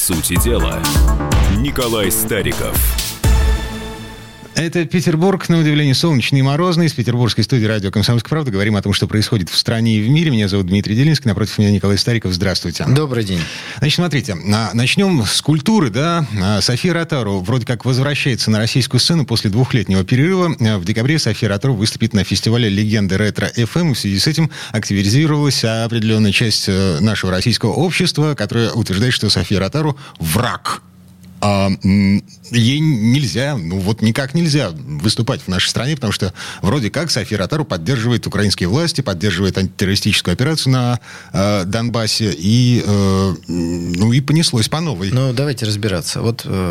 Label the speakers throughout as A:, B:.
A: сути дела, Николай Стариков.
B: Это Петербург, на удивление, солнечный и морозный. С петербургской студии радио «Комсомольская правда» говорим о том, что происходит в стране и в мире. Меня зовут Дмитрий Делинский, напротив меня Николай Стариков. Здравствуйте.
C: Добрый день.
B: Значит, смотрите, начнем с культуры, да. София Ротару вроде как возвращается на российскую сцену после двухлетнего перерыва. В декабре София Ротару выступит на фестивале «Легенды ретро-ФМ». И в связи с этим активизировалась определенная часть нашего российского общества, которая утверждает, что София Ротару враг. Ей нельзя, никак нельзя выступать в нашей стране, потому что вроде как София Ротару поддерживает украинские власти, поддерживает антитеррористическую операцию на Донбассе, и понеслось по новой.
C: Давайте разбираться.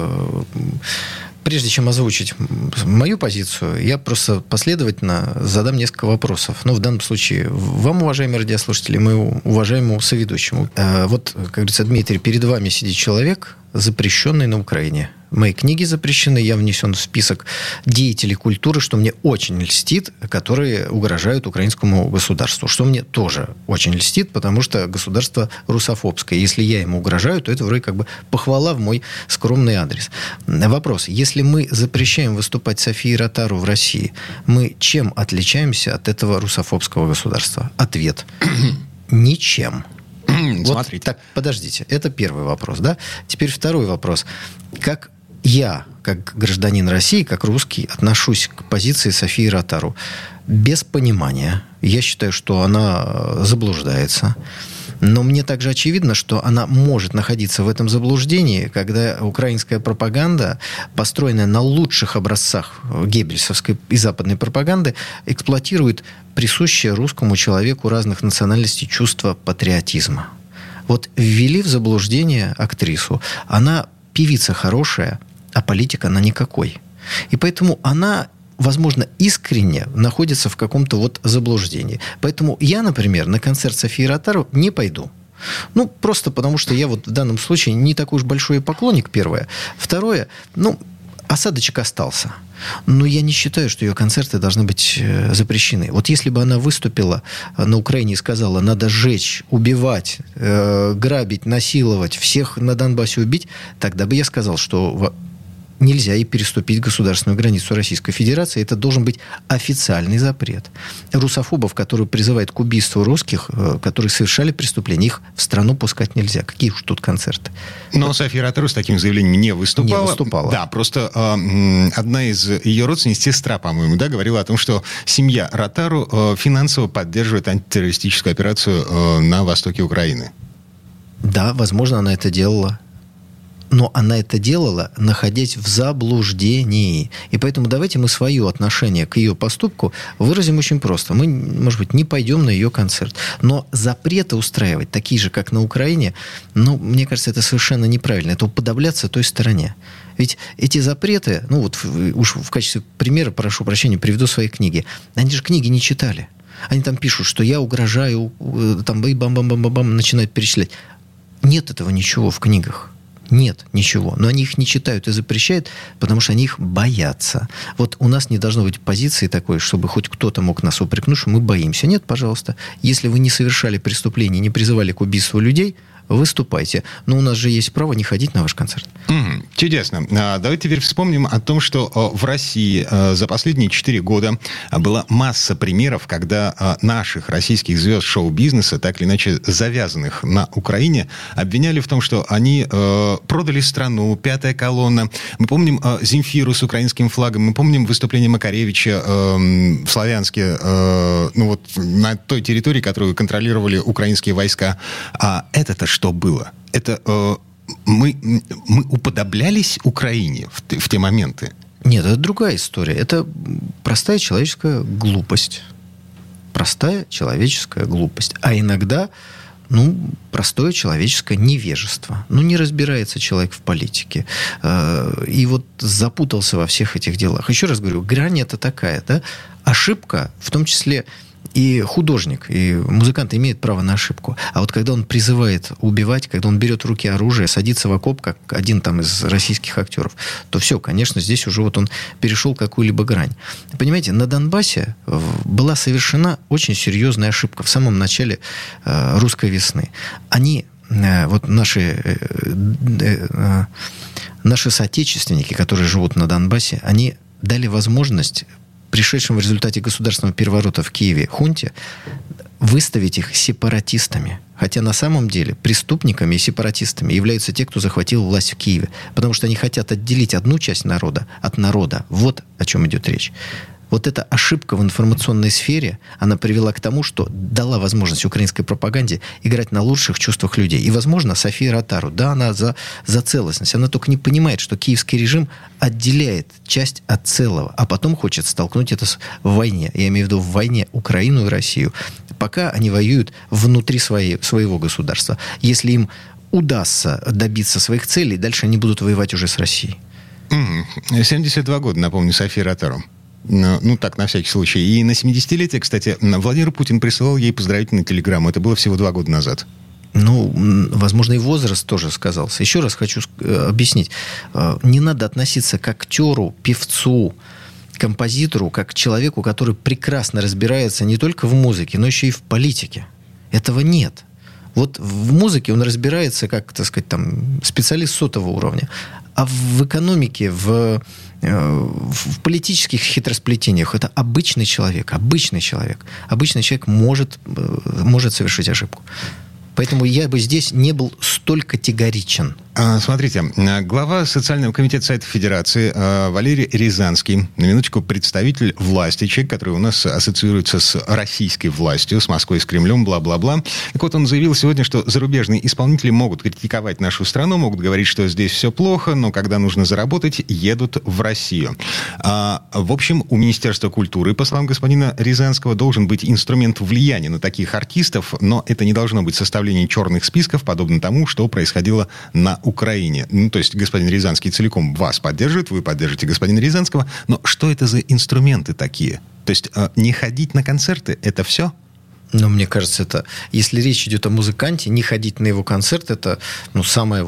C: Прежде чем озвучить мою позицию, я просто последовательно задам несколько вопросов. В данном случае вам, уважаемые радиослушатели, моему уважаемому соведущему. Как говорится, Дмитрий, перед вами сидит человек, запрещенный на Украине. Мои книги запрещены, я внесен в список деятелей культуры, что мне очень льстит, которые угрожают украинскому государству. Что мне тоже очень льстит, потому что государство русофобское. Если я ему угрожаю, то это вроде как бы похвала в мой скромный адрес. Вопрос. Если мы запрещаем выступать Софии Ротару в России, мы чем отличаемся от этого русофобского государства? Ответ. Ничем.
B: Смотрите.
C: Так, подождите. Это первый вопрос, да? Теперь второй вопрос. Как я, как гражданин России, как русский, отношусь к позиции Софии Ротару? Без понимания. Я считаю, что она заблуждается. Но мне также очевидно, что она может находиться в этом заблуждении, когда украинская пропаганда, построенная на лучших образцах геббельсовской и западной пропаганды, эксплуатирует присущее русскому человеку разных национальностей чувство патриотизма. Ввели в заблуждение актрису. Она певица хорошая, а политик она никакой. И поэтому она, возможно, искренне находится в каком-то заблуждении. Поэтому я, например, на концерт Софии Ротару не пойду. Просто потому, что я в данном случае не такой уж большой поклонник, первое. Второе, осадочек остался. Но я не считаю, что ее концерты должны быть запрещены. Если бы она выступила на Украине и сказала, надо сжечь, убивать, грабить, насиловать, всех на Донбассе убить, тогда бы я сказал, что нельзя ей переступить государственную границу Российской Федерации. Это должен быть официальный запрет. Русофобов, которые призывают к убийству русских, которые совершали преступления, их в страну пускать нельзя. Какие уж тут концерты?
B: Но София Ротару с таким заявлением не выступала.
C: Не выступала.
B: Да, просто одна из ее родственниц, сестра, по-моему, говорила о том, что семья Ротару финансово поддерживает антитеррористическую операцию на востоке Украины.
C: Да, возможно, она это делала. Но она это делала, находясь в заблуждении. И поэтому давайте мы свое отношение к ее поступку выразим очень просто. Мы, может быть, не пойдем на ее концерт. Но запреты устраивать, такие же, как на Украине, мне кажется, это совершенно неправильно. Это уподобляться той стороне. Ведь эти запреты, уж в качестве примера, прошу прощения, приведу свои книги. Они же книги не читали. Они там пишут, что я угрожаю, и бам-бам-бам-бам-бам, начинают перечислять. Нет этого ничего в книгах. Нет ничего. Но они их не читают и запрещают, потому что они их боятся. У нас не должно быть позиции такой, чтобы хоть кто-то мог нас упрекнуть, что мы боимся. Нет, пожалуйста. Если вы не совершали преступления, не призывали к убийству людей, выступайте. Но у нас же есть право не ходить на ваш концерт.
B: Чудесно. Давайте теперь вспомним о том, что в России за последние 4 года была масса примеров, когда наших российских звезд шоу-бизнеса, так или иначе завязанных на Украине, обвиняли в том, что они продали страну, пятая колонна. Мы помним Земфиру с украинским флагом, мы помним выступление Макаревича в Славянске, на той территории, которую контролировали украинские войска. А это-то что было? Это мы уподоблялись Украине в те моменты?
C: Нет, это другая история. Это простая человеческая глупость. Простая человеческая глупость. А иногда, простое человеческое невежество. Не разбирается человек в политике. И запутался во всех этих делах. Еще раз говорю, грань это такая, да? Ошибка, в том числе и художник, и музыкант имеет право на ошибку. А когда он призывает убивать, когда он берет в руки оружие, садится в окоп, как один из российских актеров, то все, конечно, здесь уже он перешел какую-либо грань. Понимаете, на Донбассе была совершена очень серьезная ошибка в самом начале русской весны. Они вот наши соотечественники, которые живут на Донбассе, они дали возможность пришедшим в результате государственного переворота в Киеве хунте выставить их сепаратистами. Хотя на самом деле преступниками и сепаратистами являются те, кто захватил власть в Киеве. Потому что они хотят отделить одну часть народа от народа. Вот о чем идет речь. Вот эта ошибка в информационной сфере, она привела к тому, что дала возможность украинской пропаганде играть на лучших чувствах людей. И, возможно, София Ротару, да, она за целостность. Она только не понимает, что киевский режим отделяет часть от целого, а потом хочет столкнуть это в войне. Я имею в виду в войне Украину и Россию. Пока они воюют внутри своего государства. Если им удастся добиться своих целей, дальше они будут воевать уже с Россией.
B: 72 года, напомню, София Ротару. Ну, так, на всякий случай. И на 70-летие, кстати, Владимир Путин присылал ей поздравительную телеграмму. Это было всего 2 года назад.
C: Ну, возможно, и возраст тоже сказался. Еще раз хочу объяснить. Не надо относиться к актеру, певцу, композитору, как к человеку, который прекрасно разбирается не только в музыке, но еще и в политике. Этого нет. Вот в музыке он разбирается как, так сказать, там, специалист сотого уровня. А в экономике, в политических хитросплетениях это обычный человек. Обычный человек может совершить ошибку. Поэтому я бы здесь не был столь категоричен.
B: Смотрите, глава Социального комитета Совета Федерации Валерий Рязанский, на минуточку, представитель власти, человек, который у нас ассоциируется с российской властью, с Москвой, с Кремлем, бла-бла-бла. Так вот, он заявил сегодня, что зарубежные исполнители могут критиковать нашу страну, могут говорить, что здесь все плохо, но когда нужно заработать, едут в Россию. В общем, у Министерства культуры, по словам господина Рязанского, должен быть инструмент влияния на таких артистов, но это не должно быть составление черных списков, подобно тому, что происходило на Украине. Ну, то есть господин Рязанский целиком вас поддерживает, вы поддержите господина Рязанского, но что это за инструменты такие? То есть не ходить на концерты – это все?
C: Но мне кажется, это, если речь идет о музыканте, не ходить на его концерт, это самое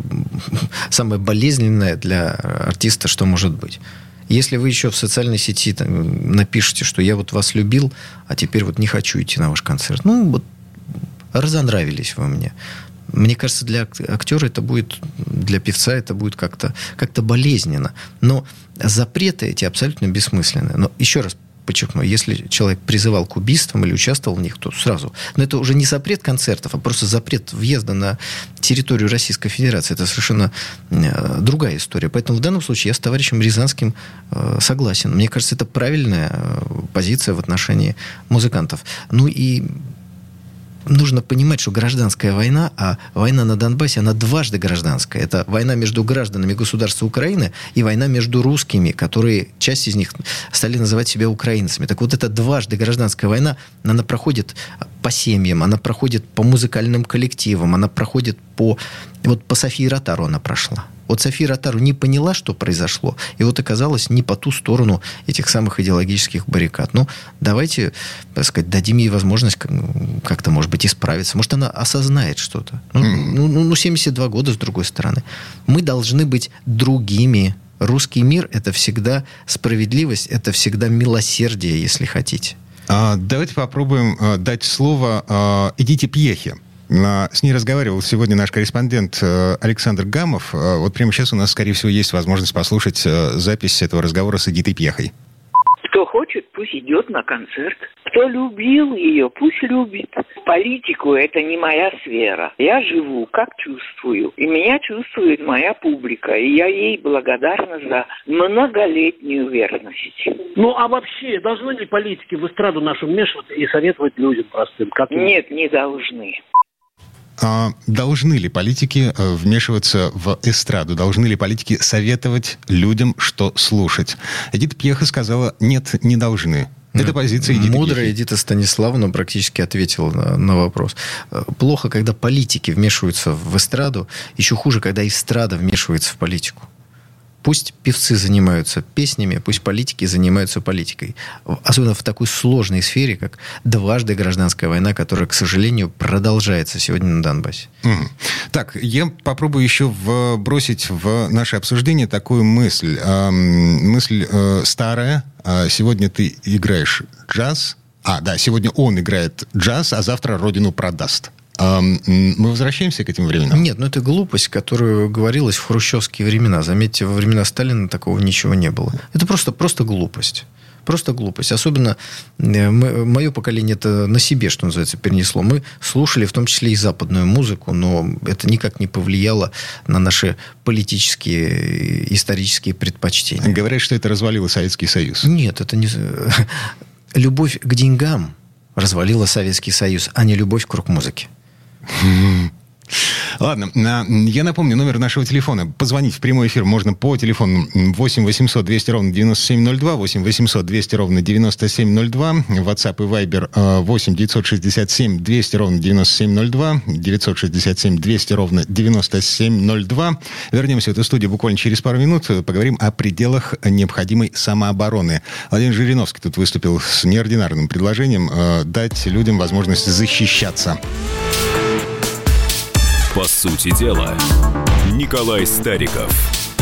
C: болезненное для артиста, что может быть. Если вы еще в социальной сети напишите, что я вот вас любил, а теперь вот не хочу идти на ваш концерт, разонравились вы мне. Мне кажется, для актера это будет, для певца это будет как-то болезненно. Но запреты эти абсолютно бессмысленны. Но еще раз подчеркну, если человек призывал к убийствам или участвовал в них, то сразу. Но это уже не запрет концертов, а просто запрет въезда на территорию Российской Федерации. Это совершенно другая история. Поэтому в данном случае я с товарищем Рязанским согласен. Мне кажется, это правильная позиция в отношении музыкантов. Ну и нужно понимать, что гражданская война, а война на Донбассе, она дважды гражданская. Это война между гражданами государства Украины и война между русскими, которые, часть из них стали называть себя украинцами. Так вот, эта дважды гражданская война, она проходит по семьям, она проходит по музыкальным коллективам, она проходит по Софии Ротару она прошла. Вот София Ротару не поняла, что произошло, и вот оказалась не по ту сторону этих самых идеологических баррикад. Давайте, так сказать, дадим ей возможность как-то, может быть, исправиться. Может, она осознает что-то. 72 года, с другой стороны. Мы должны быть другими. Русский мир – это всегда справедливость, это всегда милосердие, если хотите.
B: Давайте попробуем дать слово Эдите Пьехе. С ней разговаривал сегодня наш корреспондент Александр Гамов. Вот прямо сейчас у нас, скорее всего, есть возможность послушать запись этого разговора с Эдитой Пьехой.
D: Кто хочет, пусть идет на концерт. Кто любил ее, пусть любит. Политику – это не моя сфера. Я живу, как чувствую. И меня чувствует моя публика. И я ей благодарна за многолетнюю верность.
E: А вообще, должны ли политики в эстраду нашу вмешиваться и советовать людям простым?
D: Нет, не должны.
B: Должны ли политики вмешиваться в эстраду? Должны ли политики советовать людям, что слушать? Эдита Пьеха сказала, нет, не должны. Это позиция Эдиты Пьехи.
C: Мудрая Эдита Станиславовна практически ответила на вопрос. Плохо, когда политики вмешиваются в эстраду. Еще хуже, когда эстрада вмешивается в политику. Пусть певцы занимаются песнями, пусть политики занимаются политикой. Особенно в такой сложной сфере, как дважды гражданская война, которая, к сожалению, продолжается сегодня на Донбассе.
B: Так, я попробую еще бросить в наше обсуждение такую мысль. Мысль старая. Сегодня ты играешь джаз. Сегодня он играет джаз, а завтра родину продаст. Мы возвращаемся к этим временам?
C: Нет, это глупость, которую говорилось в хрущевские времена. Заметьте, во времена Сталина такого ничего не было. Это просто глупость. Просто глупость. Особенно мое поколение это на себе, что называется, перенесло. Мы слушали в том числе и западную музыку, но это никак не повлияло на наши политические, исторические предпочтения.
B: Говорят, что это развалило Советский Союз.
C: Нет, это не... Любовь к деньгам развалила Советский Союз, а не любовь к рок-музыке.
B: Ладно, я напомню, номер нашего телефона. Позвонить в прямой эфир можно по телефону 8 800 200 ровно 9702, 8 800 200 ровно 9702, WhatsApp и Viber 8 967 200 ровно 9702, 967 200 ровно 9702. Вернемся в эту студию буквально через пару минут. Поговорим о пределах необходимой самообороны. Владимир Жириновский тут выступил с неординарным предложением дать людям возможность защищаться.
A: По сути дела, Николай Стариков.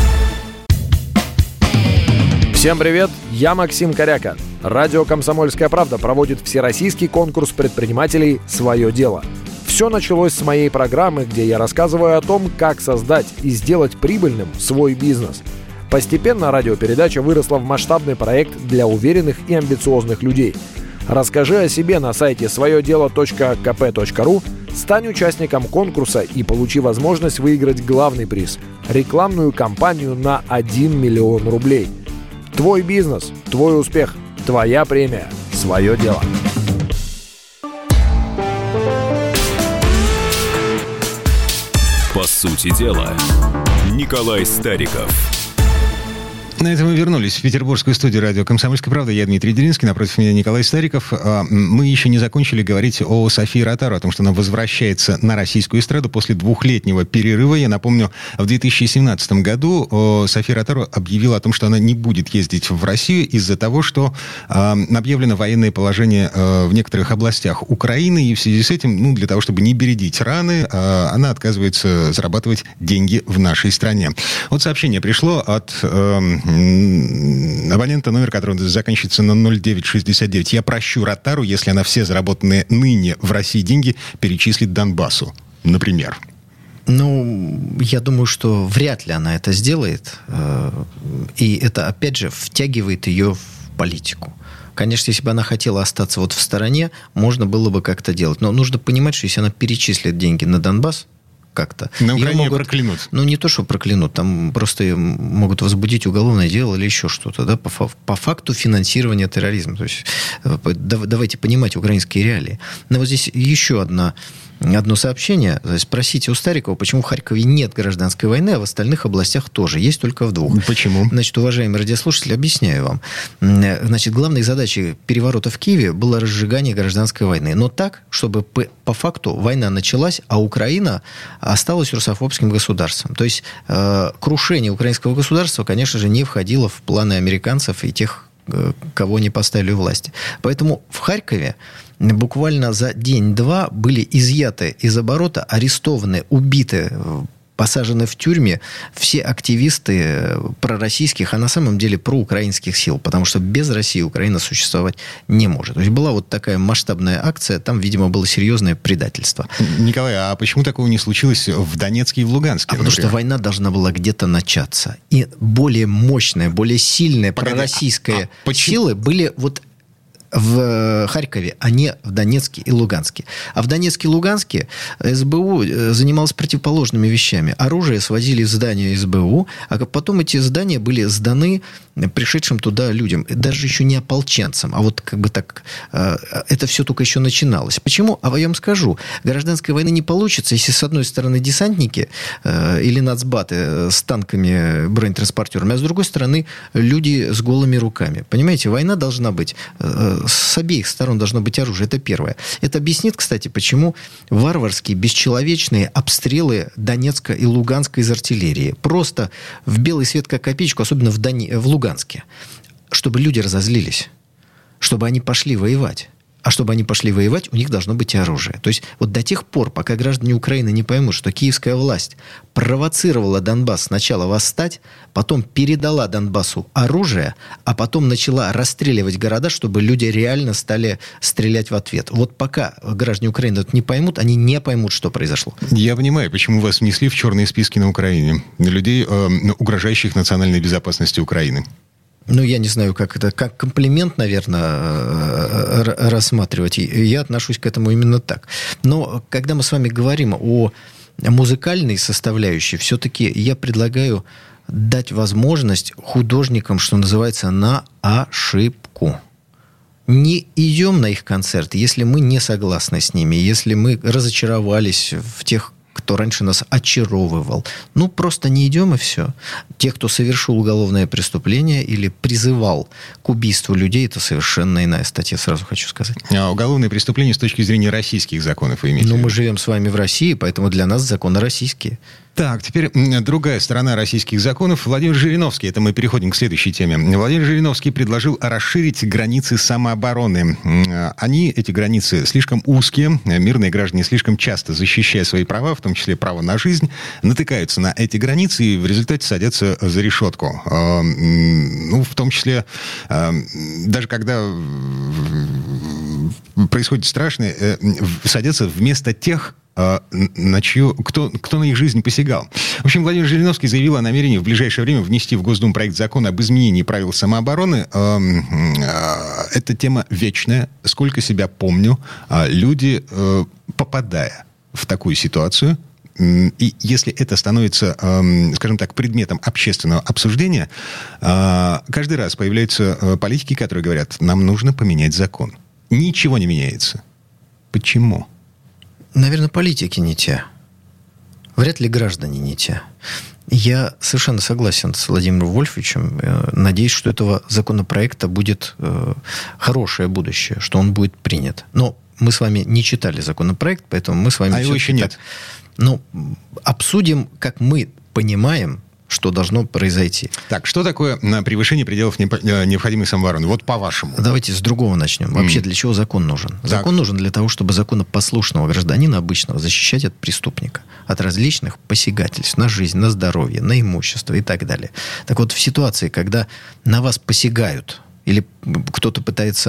F: Всем привет, я Максим Коряка. Радио «Комсомольская правда» проводит всероссийский конкурс предпринимателей «Свое дело». Все началось с моей программы, где я рассказываю о том, как создать и сделать прибыльным свой бизнес. Постепенно радиопередача выросла в масштабный проект для уверенных и амбициозных людей. Расскажи о себе на сайте своедело.kp.ru, стань участником конкурса и получи возможность выиграть главный приз – рекламную кампанию на 1 миллион рублей. Твой бизнес, твой успех, твоя премия, свое дело.
A: По сути дела, Николай Стариков.
B: На этом мы вернулись в петербургскую студию радио «Комсомольская правда». Я Дмитрий Делинский, напротив меня Николай Стариков. Мы еще не закончили говорить о Софии Ротару, о том, что она возвращается на российскую эстраду после двухлетнего перерыва. Я напомню, в 2017 году София Ротару объявила о том, что она не будет ездить в Россию из-за того, что объявлено военное положение в некоторых областях Украины, и в связи с этим, для того, чтобы не бередить раны, она отказывается зарабатывать деньги в нашей стране. Вот сообщение пришло от абонента, номер которого заканчивается на 0969. Я прощу Ротару, если она все заработанные ныне в России деньги перечислит Донбассу, например.
C: Я думаю, что вряд ли она это сделает. И это, опять же, втягивает ее в политику. Конечно, если бы она хотела остаться в стороне, можно было бы как-то делать. Но нужно понимать, что если она перечислит деньги на Донбасс, как-то.
B: На Украине проклянут.
C: Не то, что проклянут, там просто могут возбудить уголовное дело или еще что-то, да, по факту финансирования терроризма. То есть давайте понимать украинские реалии. Но вот здесь еще одно сообщение. Спросите у Старикова, почему в Харькове нет гражданской войны, а в остальных областях тоже. Есть только в 2.
B: Почему?
C: Уважаемые радиослушатели, объясняю вам. Главной задачей переворота в Киеве было разжигание гражданской войны. Но так, чтобы по факту война началась, а Украина осталась русофобским государством. То есть крушение украинского государства, конечно же, не входило в планы американцев и тех, кого они поставили у власти. Поэтому в Харькове буквально за день-два были изъяты из оборота, арестованы, убиты, посажены в тюрьме все активисты пророссийских, а на самом деле проукраинских сил, потому что без России Украина существовать не может. То есть была такая масштабная акция, там, видимо, было серьезное предательство.
B: Николай, а почему такого не случилось в Донецке и в Луганске?
C: Потому что война должна была где-то начаться. И более мощная, более сильная пророссийская силы были в Харькове, а не в Донецке и Луганске. А в Донецке и Луганске СБУ занималась противоположными вещами. Оружие свозили в здание СБУ, а потом эти здания были сданы пришедшим туда людям. Даже еще не ополченцам, а это все только еще начиналось. Почему? А я вам скажу. Гражданской войны не получится, если с одной стороны десантники или нацбаты с танками, бронетранспортерами, а с другой стороны люди с голыми руками. Понимаете, война должна быть с обеих сторон, должно быть оружие. Это первое. Это объяснит, кстати, почему варварские, бесчеловечные обстрелы Донецка и Луганска из артиллерии. Просто в белый свет как копеечку, особенно в Луганске. Чтобы люди разозлились. Чтобы они пошли воевать. А чтобы они пошли воевать, у них должно быть и оружие. То есть вот до тех пор, пока граждане Украины не поймут, что киевская власть провоцировала Донбасс сначала восстать, потом передала Донбассу оружие, а потом начала расстреливать города, чтобы люди реально стали стрелять в ответ. Вот пока граждане Украины это не поймут, они не поймут, что произошло.
B: Я понимаю, почему вас внесли в черные списки на Украине. Людей, угрожающих национальной безопасности Украины.
C: Ну, я не знаю, как это, как комплимент, наверное, рассматривать. Я отношусь к этому именно так. Но когда мы с вами говорим о музыкальной составляющей, все-таки я предлагаю дать возможность художникам, что называется, на ошибку. Не идем на их концерты, если мы не согласны с ними, если мы разочаровались в тех, кто раньше нас очаровывал. Ну, просто не идем, и все. Те, кто совершил уголовное преступление или призывал к убийству людей, это совершенно иная статья, сразу хочу сказать.
B: А уголовные преступления с точки зрения российских законов вы имеете в виду?
C: Ну, мы живем с вами в России, поэтому для нас законы российские.
B: Так, теперь другая сторона российских законов. Владимир Жириновский, это мы переходим к следующей теме. Владимир Жириновский предложил расширить границы самообороны. Эти границы, слишком узкие. Мирные граждане, слишком часто защищая свои права, в том числе право на жизнь, натыкаются на эти границы и в результате садятся за решетку. Ну, в том числе, даже когда происходит страшное, садятся вместо тех, кто на их жизнь посягал. В общем, Владимир Жириновский заявил о намерении в ближайшее время внести в Госдуму проект закона об изменении правил самообороны. Эта тема вечная. Сколько себя помню, люди, попадая в такую ситуацию, и если это становится, скажем так, предметом общественного обсуждения, каждый раз появляются политики, которые говорят, нам нужно поменять закон. Ничего не меняется. Почему?
C: Наверное, политики не те. Вряд ли граждане не те. Я совершенно согласен с Владимиром Вольфовичем. Надеюсь, что этого законопроекта будет хорошее будущее, что он будет принят. Но мы с вами не читали законопроект, поэтому мы с вами...
B: А его еще нет.
C: Обсудим, как мы понимаем, что должно произойти.
B: Так, что такое превышение пределов необходимой самообороны? Вот по-вашему.
C: Давайте с другого начнем. Вообще, для чего закон нужен? Так. Закон нужен для того, чтобы законопослушного гражданина обычного защищать от преступника, от различных посягательств на жизнь, на здоровье, на имущество и так далее. Так вот, в ситуации, когда на вас посягают, или кто-то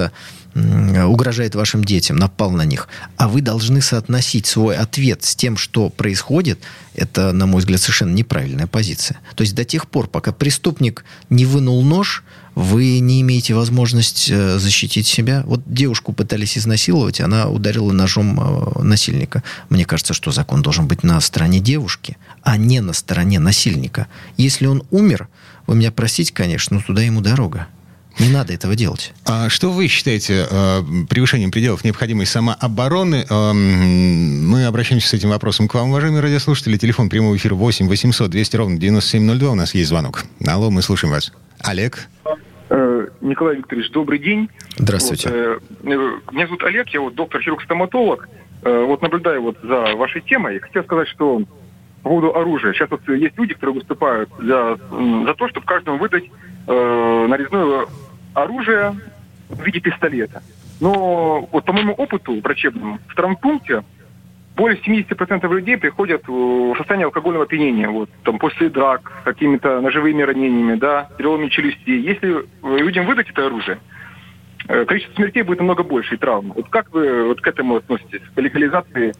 C: угрожает вашим детям, напал на них, а вы должны соотносить свой ответ с тем, что происходит, это, на мой взгляд, совершенно неправильная позиция. То есть до тех пор, пока преступник не вынул нож, вы не имеете возможности защитить себя. Вот девушку пытались изнасиловать, она ударила ножом насильника. Мне кажется, что закон должен быть на стороне девушки, а не на стороне насильника. Если он умер, вы меня простите, конечно, но туда ему дорога. Не надо этого делать.
B: А что вы считаете превышением пределов необходимой самообороны? Мы обращаемся с этим вопросом к вам, уважаемые радиослушатели. Телефон прямого эфира 8 800 200 ровно 9702. У нас есть звонок. Алло, мы слушаем вас. Олег?
G: Николай Викторович, добрый день.
C: Здравствуйте.
G: Меня зовут Олег, я доктор-хирург-стоматолог. Наблюдаю за вашей темой. Хотел сказать, что по поводу оружия. Сейчас есть люди, которые выступают за то, чтобы каждому выдать нарезное оружие в виде пистолета. Но по моему опыту врачебному, в травмпункте более 70% людей приходят в состояние алкогольного опьянения. После драк, с какими-то ножевыми ранениями, переломами челюстей. Если людям выдать это оружие, количество смертей будет намного больше и травм. Как вы к этому относитесь? К легализации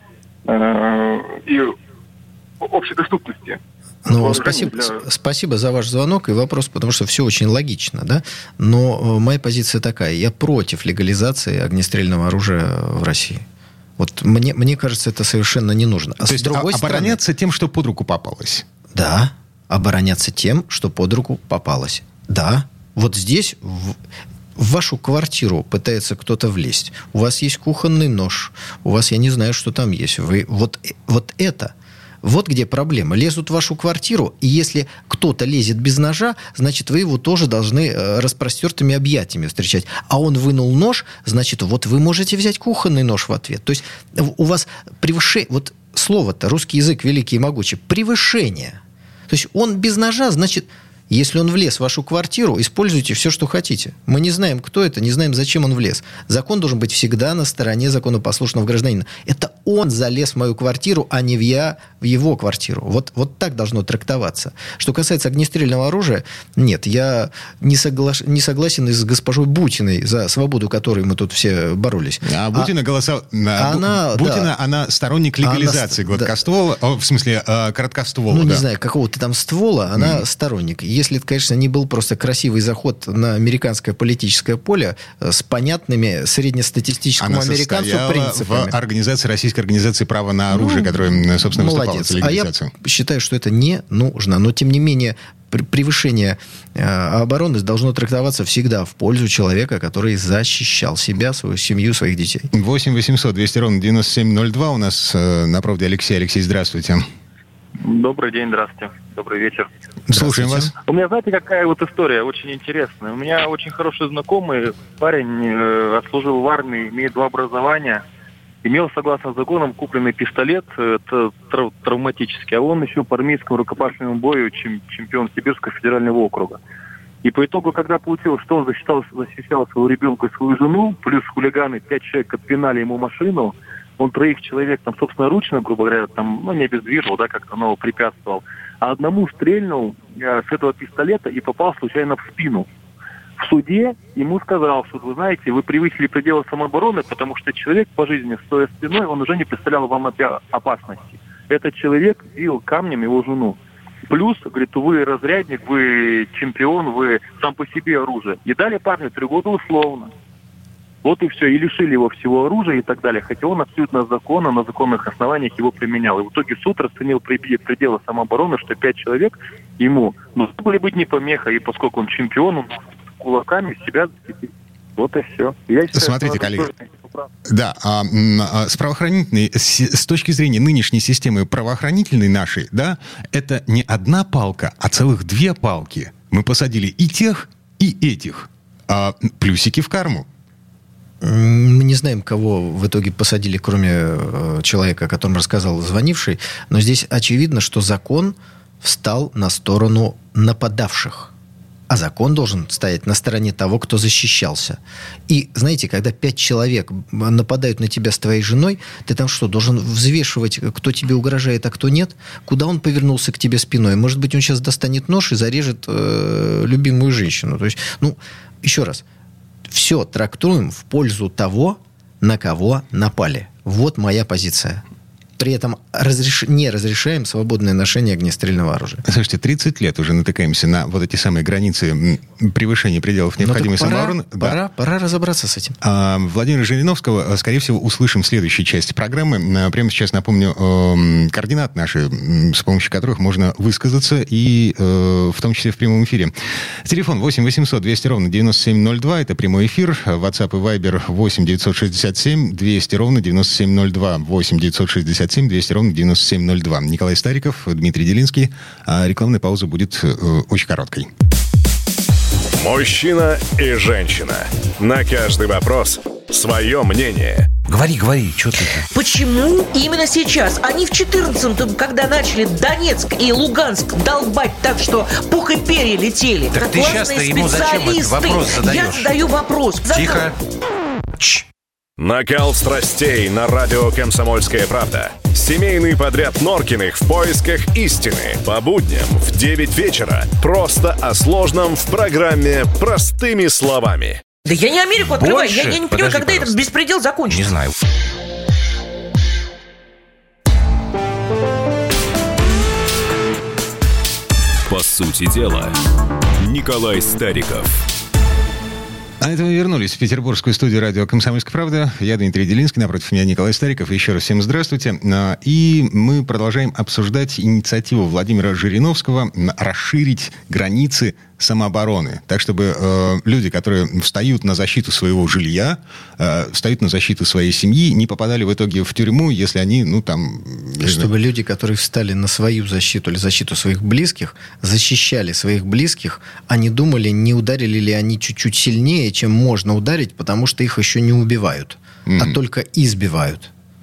G: и общей доступности?
C: Спасибо за ваш звонок и вопрос, потому что все очень логично, да? Но моя позиция такая: я против легализации огнестрельного оружия в России. Мне кажется, это совершенно не нужно.
B: То есть обороняться тем, что под руку попалось?
C: Да, обороняться тем, что под руку попалось. Да, здесь в вашу квартиру пытается кто-то влезть. У вас есть кухонный нож, у вас, я не знаю, что там есть. Вы это... Вот где проблема. Лезут в вашу квартиру, и если кто-то лезет без ножа, значит, вы его тоже должны распростертыми объятиями встречать. А он вынул нож, значит, вы можете взять кухонный нож в ответ. То есть у вас превышение... Слово-то, русский язык великий и могучий. Превышение. То есть он без ножа, значит, Если он влез в вашу квартиру, используйте все, что хотите. Мы не знаем, кто это, не знаем, зачем он влез. Закон должен быть всегда на стороне законопослушного гражданина. Это он залез в мою квартиру, а не я в его квартиру. Вот так должно трактоваться. Что касается огнестрельного оружия, нет, я не согласен с госпожой Бутиной, за свободу которой мы тут все боролись.
B: А Бутина она сторонник легализации гладкоствола, в смысле, короткоствола.
C: Не знаю, какого-то там ствола, она сторонник. Если это, конечно, не был просто красивый заход на американское политическое поле с понятными среднестатистическому американцу принципами.
B: В Российской организации права на оружие, которая, собственно, выступала за легализацию.
C: А я считаю, что это не нужно. Но, тем не менее, превышение обороны должно трактоваться всегда в пользу человека, который защищал себя, свою семью, своих детей.
B: 8 800 200 ровно 9702. У нас на проводе Алексей. Алексей, здравствуйте.
H: Добрый день, здравствуйте. Добрый вечер.
B: Слушаем вас.
H: У меня, знаете, какая вот история очень интересная. У меня очень хороший знакомый парень, отслужил в армии, имеет 2 образования, имел, согласно законам, купленный пистолет травматический, а он еще по армейскому рукопашному бою чемпион Сибирского федерального округа. И по итогу, когда получилось, что он защищал своего ребенка и свою жену, плюс хулиганы, 5 человек отпинали ему машину, он 3 человек там собственноручно, грубо говоря, там, не обездвижил, как-то, препятствовал, а одному стрельнул с этого пистолета и попал случайно в спину. В суде ему сказал, что, вы знаете, вы превысили пределы самообороны, потому что человек по жизни, стоя спиной, он уже не представлял вам опасности. Этот человек бил камнем его жену. Плюс, говорит, вы разрядник, вы чемпион, вы сам по себе оружие. И дали парню 3 года условно. Вот и все, и лишили его всего оружия и так далее. Хотя он абсолютно законно, на законных основаниях его применял. И в итоге суд расценил пределы самообороны, что 5 человек ему были быть не помеха. И поскольку он чемпион, он кулаками себя защитить. Вот и все. Я считаю,
B: смотрите, коллеги. Да, с точки зрения нынешней системы правоохранительной нашей, да, это не одна палка, а целых 2 палки. Мы посадили и тех, и этих. Плюсики в карму.
C: Мы не знаем, кого в итоге посадили, кроме человека, о котором рассказал звонивший. Но здесь очевидно, что закон встал на сторону нападавших. А закон должен стоять на стороне того, кто защищался. И, знаете, когда 5 человек нападают на тебя с твоей женой, ты там что, должен взвешивать, кто тебе угрожает, а кто нет? Куда он повернулся к тебе спиной? Может быть, он сейчас достанет нож и зарежет любимую женщину. То есть, еще раз, все трактуем в пользу того, на кого напали. Вот моя позиция. При этом не разрешаем свободное ношение огнестрельного оружия.
B: Слушайте, 30 лет уже натыкаемся на вот эти самые границы превышения пределов необходимой самообороны.
C: Пора разобраться с этим.
B: Владимира Жириновского, скорее всего, услышим в следующей части программы. Прямо сейчас напомню координаты наши, с помощью которых можно высказаться, и в том числе в прямом эфире. Телефон 8 800 200 ровно 9702. Это прямой эфир. WhatsApp и Viber 8 967 200 ровно 9702. 8 967 200 ровно 9702. Николай Стариков, Дмитрий Делинский. Рекламная пауза будет очень короткой.
A: Мужчина и женщина. На каждый вопрос свое мнение.
I: Говори, что ты?
J: Почему именно сейчас? Они в 14-м, когда начали Донецк и Луганск долбать так, что пух и перья летели.
I: Так ты сейчас-то ему зачем этот вопрос задаешь?
J: Я задаю вопрос.
I: Тихо.
A: Накал страстей на радио «Комсомольская правда». Семейный подряд Норкиных в поисках истины. По будням в 9 вечера. Просто о сложном в программе «Простыми словами».
J: Да я не Америку открываю. Я не понимаю, когда этот беспредел закончится.
I: Не знаю.
A: По сути дела, Николай Стариков.
B: А это мы вернулись в петербургскую студию радио «Комсомольская правда». Я Дмитрий Делинский, напротив меня Николай Стариков. Еще раз всем здравствуйте. И мы продолжаем обсуждать инициативу Владимира Жириновского расширить границы самообороны. Так, чтобы люди, которые встают на защиту своего жилья, встают на защиту своей семьи, не попадали в итоге в тюрьму, если они,
C: Чтобы люди, которые встали на свою защиту или защиту своих близких, защищали своих близких, а не думали, не ударили ли они чуть-чуть сильнее, чем можно ударить, потому что их еще не убивают, а только избивают.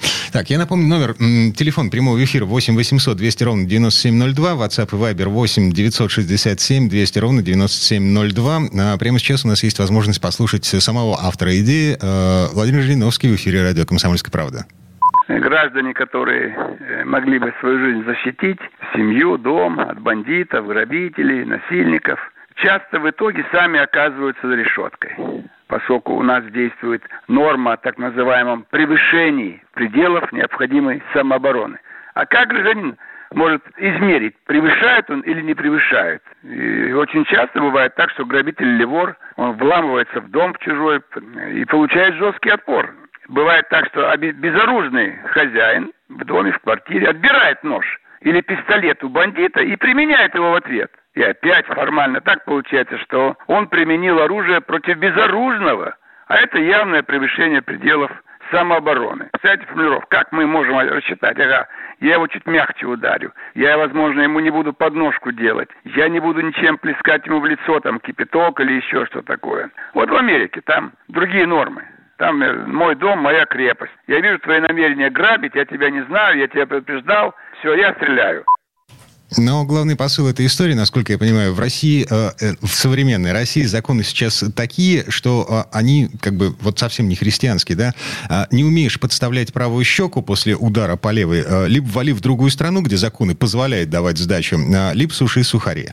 B: Так, я напомню, номер, телефон прямого эфира 8 800 200 ровно 9702, WhatsApp и Viber 8 967 200 ровно 9702. Прямо сейчас у нас есть возможность послушать самого автора идеи. Владимир Жириновский в эфире радио «Комсомольская правда».
K: Граждане, которые могли бы свою жизнь защитить, семью, дом от бандитов, грабителей, насильников, часто в итоге сами оказываются за решеткой, поскольку у нас действует норма о так называемом превышении пределов необходимой самообороны. А как гражданин может измерить, превышает он или не превышает? И очень часто бывает так, что грабитель или вор, он вламывается в дом в чужой и получает жесткий отпор. Бывает так, что безоружный хозяин в доме, в квартире отбирает нож или пистолет у бандита и применяет его в ответ. И опять формально так получается, что он применил оружие против безоружного, а это явное превышение пределов самообороны. Кстати, формулировка, как мы можем рассчитать? Ага, я его чуть мягче ударю, я, возможно, ему не буду подножку делать, я не буду ничем плескать ему в лицо, там, кипяток или еще что такое. Вот в Америке там другие нормы. Там мой дом, моя крепость. Я вижу твои намерения грабить, я тебя не знаю, я тебя предупреждал, все, я стреляю.
B: Но главный посыл этой истории, насколько я понимаю, в России, в современной России законы сейчас такие, что они как бы вот совсем не христианские, да? Не умеешь подставлять правую щеку после удара по левой, либо вали в другую страну, где законы позволяют давать сдачу, либо суши сухари.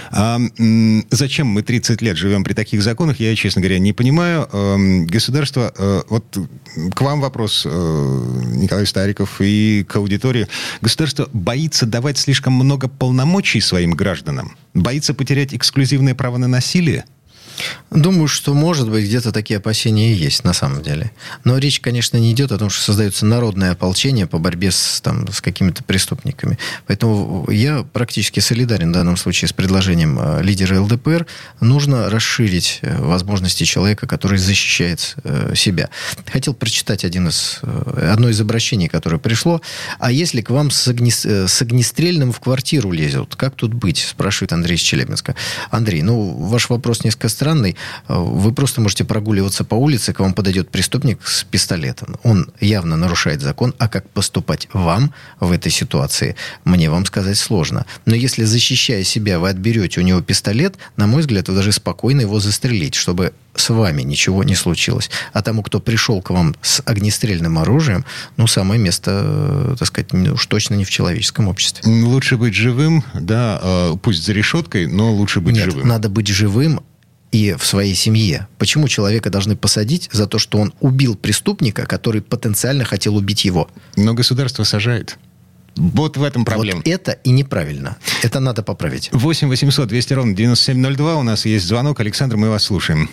B: Зачем мы 30 лет живем при таких законах, я, честно говоря, не понимаю. Государство, вот к вам вопрос, Николай Стариков, и к аудитории. Государство боится давать слишком много полномочий своим гражданам? Боится потерять эксклюзивное право на насилие?
C: Думаю, что, может быть, где-то такие опасения и есть на самом деле. Но речь, конечно, не идет о том, что создается народное ополчение по борьбе с какими-то преступниками. Поэтому я практически солидарен в данном случае с предложением лидера ЛДПР. Нужно расширить возможности человека, который защищает себя. Хотел прочитать одно из обращений, которое пришло. А если к вам с огнестрельным в квартиру лезут, как тут быть? Спрашивает Андрей из Челябинска. Андрей, ваш вопрос несколько странный. Вы просто можете прогуливаться по улице, к вам подойдет преступник с пистолетом. Он явно нарушает закон, а как поступать вам в этой ситуации, мне вам сказать сложно. Но если, защищая себя, вы отберете у него пистолет, на мой взгляд, вы должны спокойно его застрелить, чтобы с вами ничего не случилось. А тому, кто пришел к вам с огнестрельным оружием, самое место, так сказать, уж точно не в человеческом обществе.
B: Лучше быть живым, да, пусть за решеткой, но лучше быть живым.
C: Нет, надо быть живым и в своей семье. Почему человека должны посадить за то, что он убил преступника, который потенциально хотел убить его?
B: Но государство сажает. Вот в этом проблема.
C: Вот это и неправильно. Это надо поправить.
B: 8 800 200 ровно 9702. У нас есть звонок. Александр, мы вас слушаем.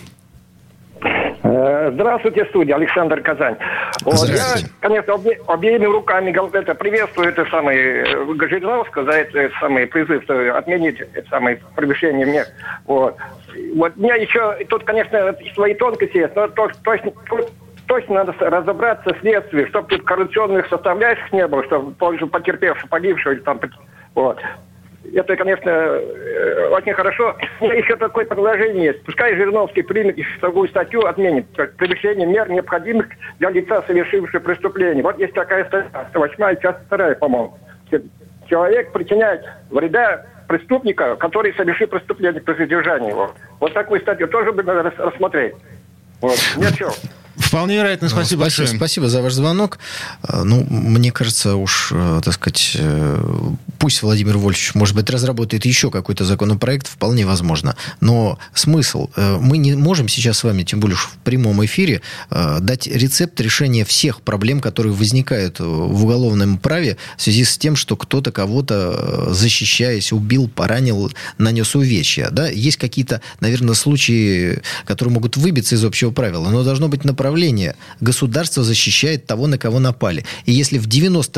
L: Здравствуйте, студия. Александр, Казань.
C: Здравствуйте.
L: Я, конечно, обеими руками приветствую Жириновского за этот самый призыв отменить это самое превышение мер. Вот у меня еще тут, конечно, свои тонкости есть, но точно надо разобраться в следствии, чтобы тут коррупционных составляющих не было, чтобы потерпевший, погибший там. Вот. Это, конечно, очень хорошо. У меня еще такое предложение есть. Пускай Жириновский примет вторую статью, отменит превышение мер, необходимых для лица, совершившего преступление. Вот есть такая статья, 8-я, часть 2, по-моему. Человек причиняет вреда преступника, который совершил преступление при задержании его. Вот такую статью тоже бы надо рассмотреть. Вот. Нет чего.
B: Вполне вероятно. Спасибо большое.
C: Спасибо за ваш звонок. Мне кажется, так сказать, пусть Владимир Вольфович, может быть, разработает еще какой-то законопроект, вполне возможно. Но смысл? Мы не можем сейчас с вами, тем более в прямом эфире, дать рецепт решения всех проблем, которые возникают в уголовном праве в связи с тем, что кто-то кого-то, защищаясь, убил, поранил, нанес увечья. Да? Есть какие-то, наверное, случаи, которые могут выбиться из общего правила, но должно быть направление. Государство защищает того, на кого напали. И если в 90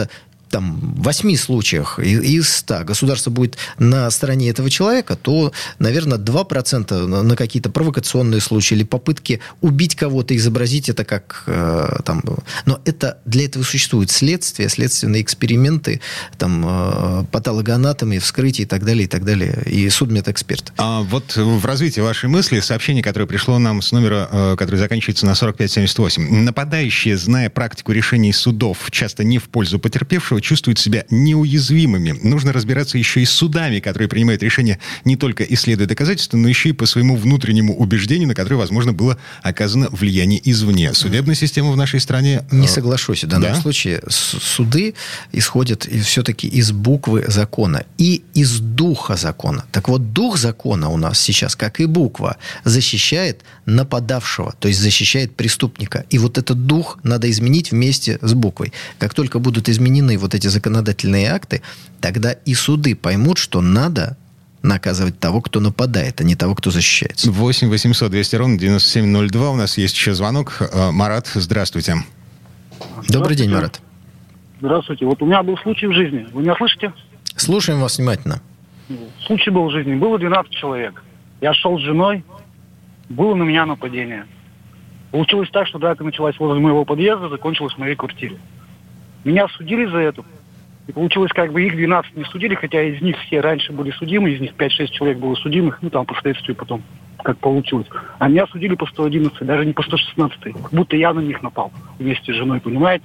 C: в 8 случаях из 100 государство будет на стороне этого человека, то, наверное, 2% на какие-то провокационные случаи или попытки убить кого-то, изобразить это как там... Но для этого существует следствие, следственные эксперименты, там, патологоанатомии, вскрытие и так далее, и судмедэксперт.
B: Вот в развитии вашей мысли сообщение, которое пришло нам с номера, который заканчивается на 4578. Нападающие, зная практику решений судов, часто не в пользу потерпевшего, чувствуют себя неуязвимыми. Нужно разбираться еще и с судами, которые принимают решения не только исследуя доказательства, но еще и по своему внутреннему убеждению, на которое, возможно, было оказано влияние извне. Судебная система в нашей стране...
C: Не соглашусь. В данном случае суды исходят все-таки из буквы закона и из духа закона. Так вот, дух закона у нас сейчас, как и буква, защищает нападавшего, то есть защищает преступника. И вот этот дух надо изменить вместе с буквой. Как только будут изменены вот эти законодательные акты, тогда и суды поймут, что надо наказывать того, кто нападает, а не того, кто защищается.
B: 8 800 200 ровно 9702. У нас есть еще звонок. Марат, здравствуйте.
C: Добрый день, Марат.
M: Здравствуйте. Вот у меня был случай в жизни. Вы меня слышите?
C: Слушаем вас внимательно.
M: Случай был в жизни. Было 12 человек. Я шел с женой. Было на меня нападение. Получилось так, что драка началась возле моего подъезда, закончилась в моей квартире. Меня судили за это. И получилось, как бы их 12 не судили, хотя из них все раньше были судимы, из них 5-6 человек было судимых, там по следствию потом, как получилось. А меня судили по 111, даже не по 116, как будто я на них напал вместе с женой, понимаете?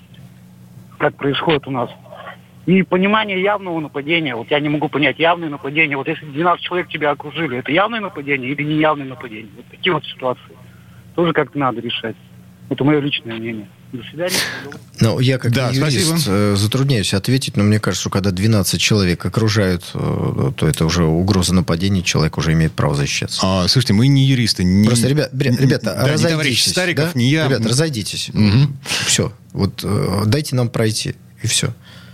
M: Как происходит у нас. И понимание явного нападения, вот я не могу понять, явное нападение, вот если 12 человек тебя окружили, это явное нападение или не явное нападение? Вот такие вот ситуации тоже как-то надо решать. Это мое личное мнение. До свидания.
C: Ну, я как юрист затрудняюсь ответить, но мне кажется, что когда 12 человек окружают, то это уже угроза нападения, человек уже имеет право защищаться.
B: Слушайте, мы не юристы.
C: Просто, ребята, разойдитесь.
B: Не товарищ Стариков,
C: да?
B: не я.
C: Ребята, разойдитесь. Все. Вот дайте нам пройти, и все.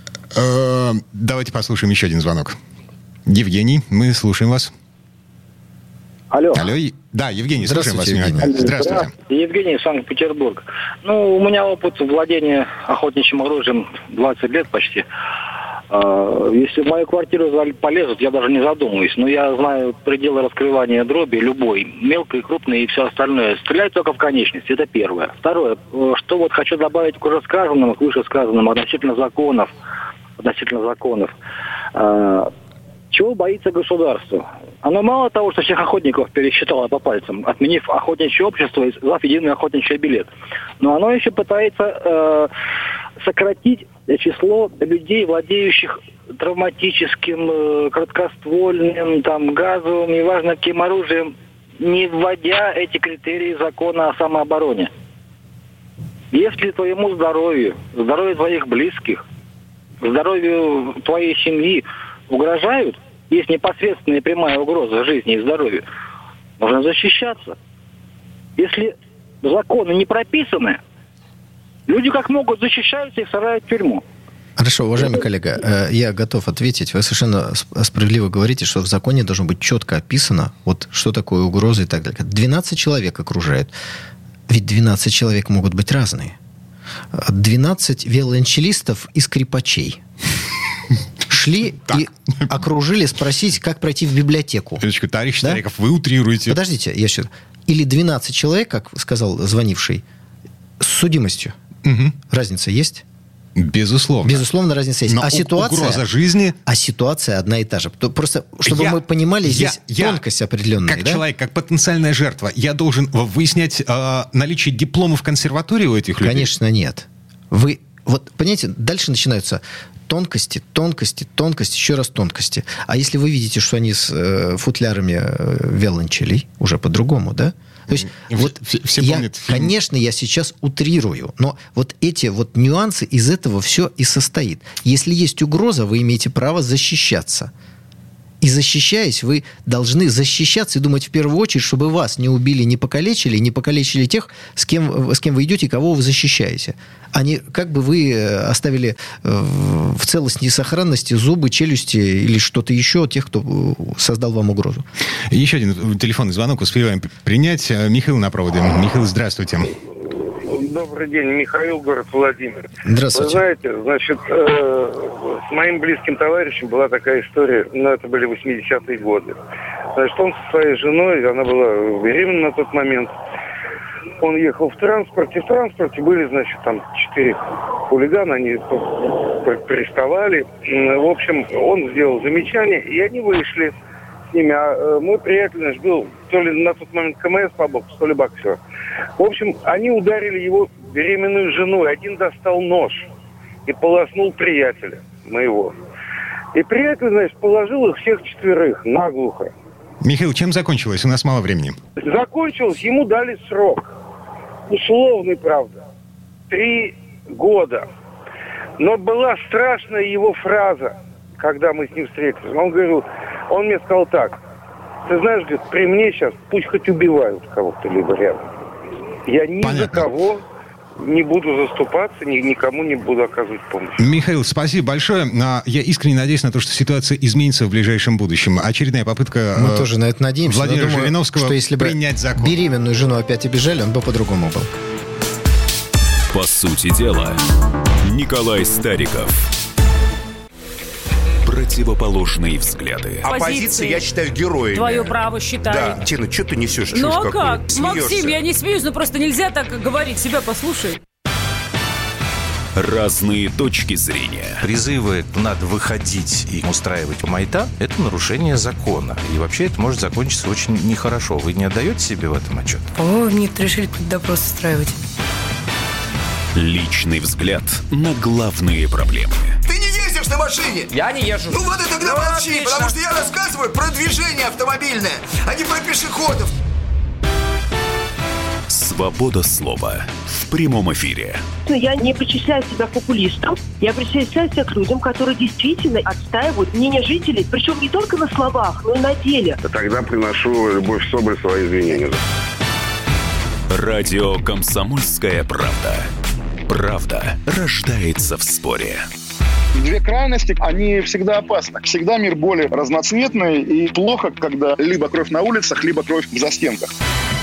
B: Давайте послушаем еще один звонок. Евгений, мы слушаем вас.
N: Алло.
B: Да, Евгений, слушаем вас. Евгений.
N: Здравствуйте. Евгений, Санкт-Петербург. Ну, у меня опыт владения охотничьим оружием 20 лет почти. Если в мою квартиру полезут, я даже не задумываюсь. Но я знаю пределы раскрывания дроби любой, мелкой, крупной и все остальное. Стрелять только в конечность, это первое. Второе, что вот хочу добавить к уже сказанному, к вышесказанному относительно законов. Чего боится государство? Оно мало того, что всех охотников пересчитало по пальцам, отменив охотничье общество и создав единый охотничий билет. Но оно еще пытается сократить число людей, владеющих травматическим, краткоствольным, газовым, неважно каким оружием, не вводя эти критерии закона о самообороне. Если твоему здоровью твоих близких, здоровью твоей семьи угрожают, есть непосредственная прямая угроза жизни и здоровью, нужно защищаться. Если законы не прописаны, люди как могут защищаются и сажают в тюрьму.
C: Хорошо, уважаемый коллега, я готов ответить. Вы совершенно справедливо говорите, что в законе должно быть четко описано, вот что такое угроза и так далее. 12 человек окружают. Ведь 12 человек могут быть разные. 12 виолончелистов и скрипачей шли и окружили спросить, как пройти в библиотеку.
B: Товарищ Стариков, вы утрируете.
C: Подождите, я сейчас... Или 12 человек, как сказал звонивший, с судимостью. Разница есть?
B: Безусловно.
C: Безусловно, разница есть.
B: Но угроза жизни...
C: А ситуация одна и та же. Просто, чтобы мы понимали, здесь тонкость определенная.
B: Как человек, как потенциальная жертва, я должен выяснять наличие диплома в консерватории у этих людей?
C: Конечно, нет. Вы... Вот, понимаете, дальше начинаются тонкости, еще раз тонкости. А если вы видите, что они с футлярами виолончелей, уже по-другому, да? То есть,
B: все помнят фильм.
C: Конечно, я сейчас утрирую, но вот эти вот нюансы, из этого все и состоит. Если есть угроза, вы имеете право защищаться. И защищаясь, вы должны защищаться и думать в первую очередь, чтобы вас не убили, не покалечили тех, с кем вы идете и кого вы защищаете. А не как бы вы оставили в целости и сохранности зубы, челюсти или что-то еще тех, кто создал вам угрозу.
B: Еще один телефонный звонок успеваем принять. Михаил на проводе. Михаил, здравствуйте.
O: Добрый день, Михаил, город Владимир.
C: Здравствуйте.
O: Вы знаете, значит, с моим близким товарищем была такая история, это были 80-е годы. Значит, он со своей женой, она была беременна на тот момент, он ехал в транспорте были, значит, там 4 хулигана, они приставали. В общем, он сделал замечание, и они вышли с ними. А мой приятель наш был то ли на тот момент КМС по боксу, то ли боксер. В общем, они ударили его беременную жену. Один достал нож и полоснул приятеля моего. И приятель, значит, положил их всех 4 наглухо.
B: Михаил, чем закончилось? У нас мало времени.
O: Закончилось, ему дали срок. Условный, правда. 3 года. Но была страшная его фраза, когда мы с ним встретились. Он мне сказал так: ты знаешь, говорит, при мне сейчас пусть хоть убивают кого-то либо рядом. Я ни за кого не буду заступаться, никому не буду оказывать помощь.
B: Михаил, спасибо большое. Я искренне надеюсь на то, что ситуация изменится в ближайшем будущем. Очередная попытка
C: Мы тоже на это надеемся.
B: Владимира Жириновского
C: что если бы
B: принять закон.
C: Беременную жену опять обижали, он бы по-другому был.
A: По сути дела, Николай Стариков. Противоположные взгляды.
P: Оппозиция, я считаю, героями.
Q: Твое право считаю.
P: Да, Тина, что ты несешь?
Q: Ну а как? Максим, я не смеюсь, но просто нельзя так говорить. Себя послушай.
A: Разные точки зрения.
I: Призывы «надо выходить и устраивать майдан» — это нарушение закона. И вообще это может закончиться очень нехорошо. Вы не отдаете себе в этом отчет?
Q: По-моему, нет, решили какой-то допрос устраивать.
A: Личный взгляд на главные проблемы.
P: Ты не ездишь на машине?
Q: Я не езжу.
P: Ну вот и тогда молчи,
Q: отлично.
P: потому что я рассказываю про движение автомобильное, а не про пешеходов.
A: Свобода слова в прямом эфире.
R: Я не причисляю себя к популистам. Я причисляю себя к людям, которые действительно отстаивают мнение жителей. Причем не только на словах, но и на деле.
O: Тогда приношу Любовь Соболь свои извинения.
A: Радио «Комсомольская правда». Правда рождается в споре.
S: Две крайности, они всегда опасны. Всегда мир более разноцветный, и плохо, когда либо кровь на улицах, либо кровь в застенках.